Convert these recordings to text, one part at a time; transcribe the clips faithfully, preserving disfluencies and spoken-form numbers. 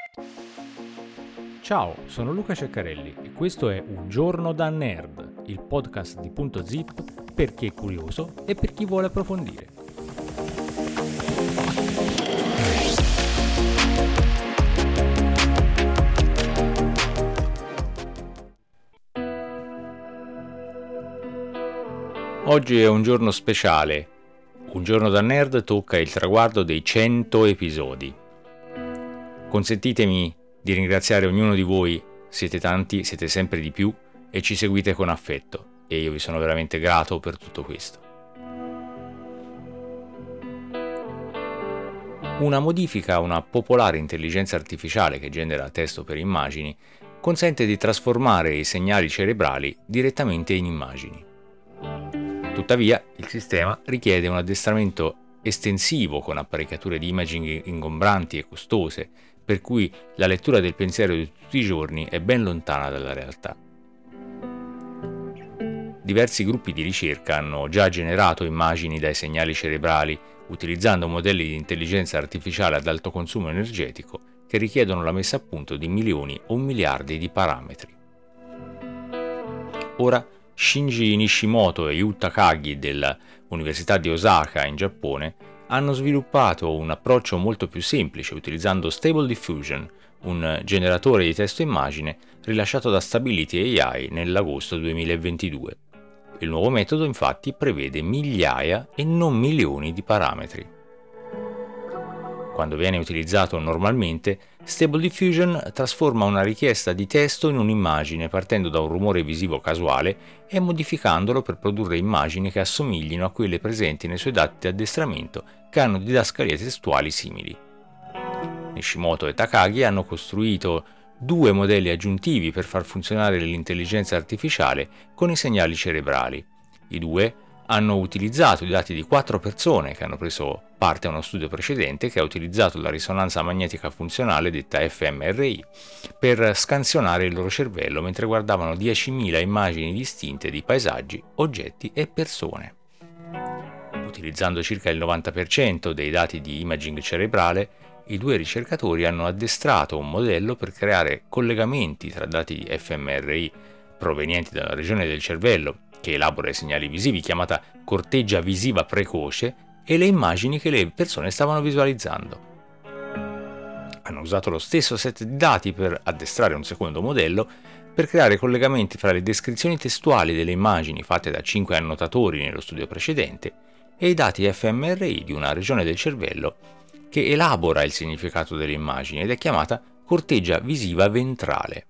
Ciao, sono Luca Ceccarelli e questo è Un giorno da nerd, il podcast di Punto Zip per chi è curioso e per chi vuole approfondire. Oggi è un giorno speciale. Un giorno da nerd tocca il traguardo dei cento episodi. Consentitemi di ringraziare ognuno di voi, siete tanti, siete sempre di più e ci seguite con affetto e io vi sono veramente grato per tutto questo. Una modifica a una popolare intelligenza artificiale che genera testo per immagini consente di trasformare i segnali cerebrali direttamente in immagini. Tuttavia, il sistema richiede un addestramento estensivo con apparecchiature di imaging ingombranti e costose, per cui la lettura del pensiero di tutti i giorni è ben lontana dalla realtà. Diversi gruppi di ricerca hanno già generato immagini dai segnali cerebrali utilizzando modelli di intelligenza artificiale ad alto consumo energetico che richiedono la messa a punto di milioni o miliardi di parametri. Ora, Shinji Nishimoto e Yu Takagi dell'Università di Osaka in Giappone hanno sviluppato un approccio molto più semplice utilizzando Stable Diffusion, un generatore di testo immagine rilasciato da Stability A I nell'agosto duemilaventidue. Il nuovo metodo infatti prevede migliaia e non milioni di parametri. Quando viene utilizzato normalmente, Stable Diffusion trasforma una richiesta di testo in un'immagine partendo da un rumore visivo casuale e modificandolo per produrre immagini che assomiglino a quelle presenti nei suoi dati di addestramento che hanno didascalie testuali simili. Nishimoto e Takagi hanno costruito due modelli aggiuntivi per far funzionare l'intelligenza artificiale con i segnali cerebrali. I due hanno utilizzato i dati di quattro persone che hanno preso parte a uno studio precedente che ha utilizzato la risonanza magnetica funzionale detta F M R I per scansionare il loro cervello mentre guardavano diecimila immagini distinte di paesaggi, oggetti e persone. Utilizzando circa il novanta per cento dei dati di imaging cerebrale, i due ricercatori hanno addestrato un modello per creare collegamenti tra dati di F M R I provenienti dalla regione del cervello che elabora i segnali visivi, chiamata corteggia visiva precoce, e le immagini che le persone stavano visualizzando. Hanno usato lo stesso set di dati per addestrare un secondo modello per creare collegamenti fra le descrizioni testuali delle immagini fatte da cinque annotatori nello studio precedente e i dati F M R I di una regione del cervello che elabora il significato delle immagini ed è chiamata corteggia visiva ventrale.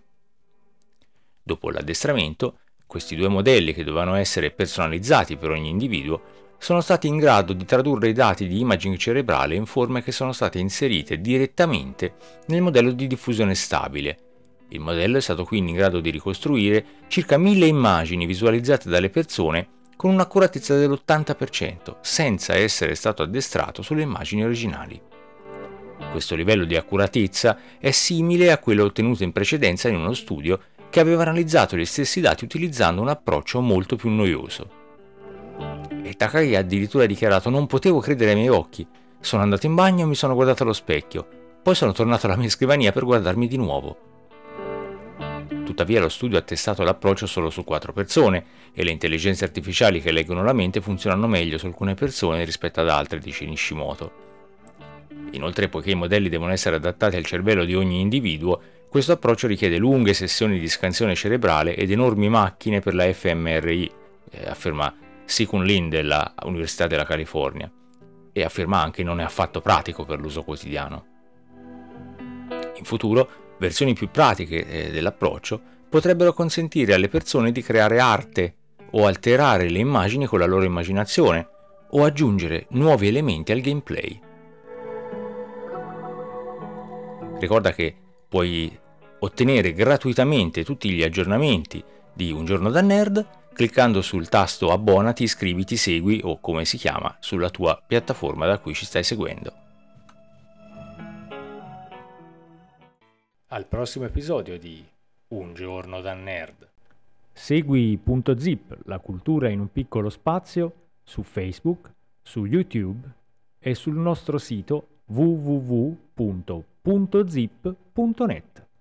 Dopo l'addestramento, questi due modelli, che dovevano essere personalizzati per ogni individuo, sono stati in grado di tradurre i dati di imaging cerebrale in forme che sono state inserite direttamente nel modello di diffusione stabile. Il modello è stato quindi in grado di ricostruire circa mille immagini visualizzate dalle persone con un'accuratezza dell'ottanta per cento, senza essere stato addestrato sulle immagini originali. Questo livello di accuratezza è simile a quello ottenuto in precedenza in uno studio che aveva analizzato gli stessi dati utilizzando un approccio molto più noioso. E Takagi ha addirittura dichiarato: non potevo credere ai miei occhi, sono andato in bagno e mi sono guardato allo specchio, poi sono tornato alla mia scrivania per guardarmi di nuovo. Tuttavia lo studio ha testato l'approccio solo su quattro persone e le intelligenze artificiali che leggono la mente funzionano meglio su alcune persone rispetto ad altre, dice Nishimoto. Inoltre, poiché i modelli devono essere adattati al cervello di ogni individuo, questo approccio richiede lunghe sessioni di scansione cerebrale ed enormi macchine per la F M R I, eh, afferma Si-Kun Lin della Università della California, e afferma anche non è affatto pratico per l'uso quotidiano. In futuro, versioni più pratiche eh, dell'approccio potrebbero consentire alle persone di creare arte o alterare le immagini con la loro immaginazione o aggiungere nuovi elementi al gameplay. Ricorda che puoi ottenere gratuitamente tutti gli aggiornamenti di Un giorno da nerd cliccando sul tasto abbonati, iscriviti, segui o come si chiama sulla tua piattaforma da cui ci stai seguendo. Al prossimo episodio di Un giorno da nerd. Segui Punto Zip, la cultura in un piccolo spazio, su Facebook, su YouTube e sul nostro sito w w w punto punto punto zip punto net.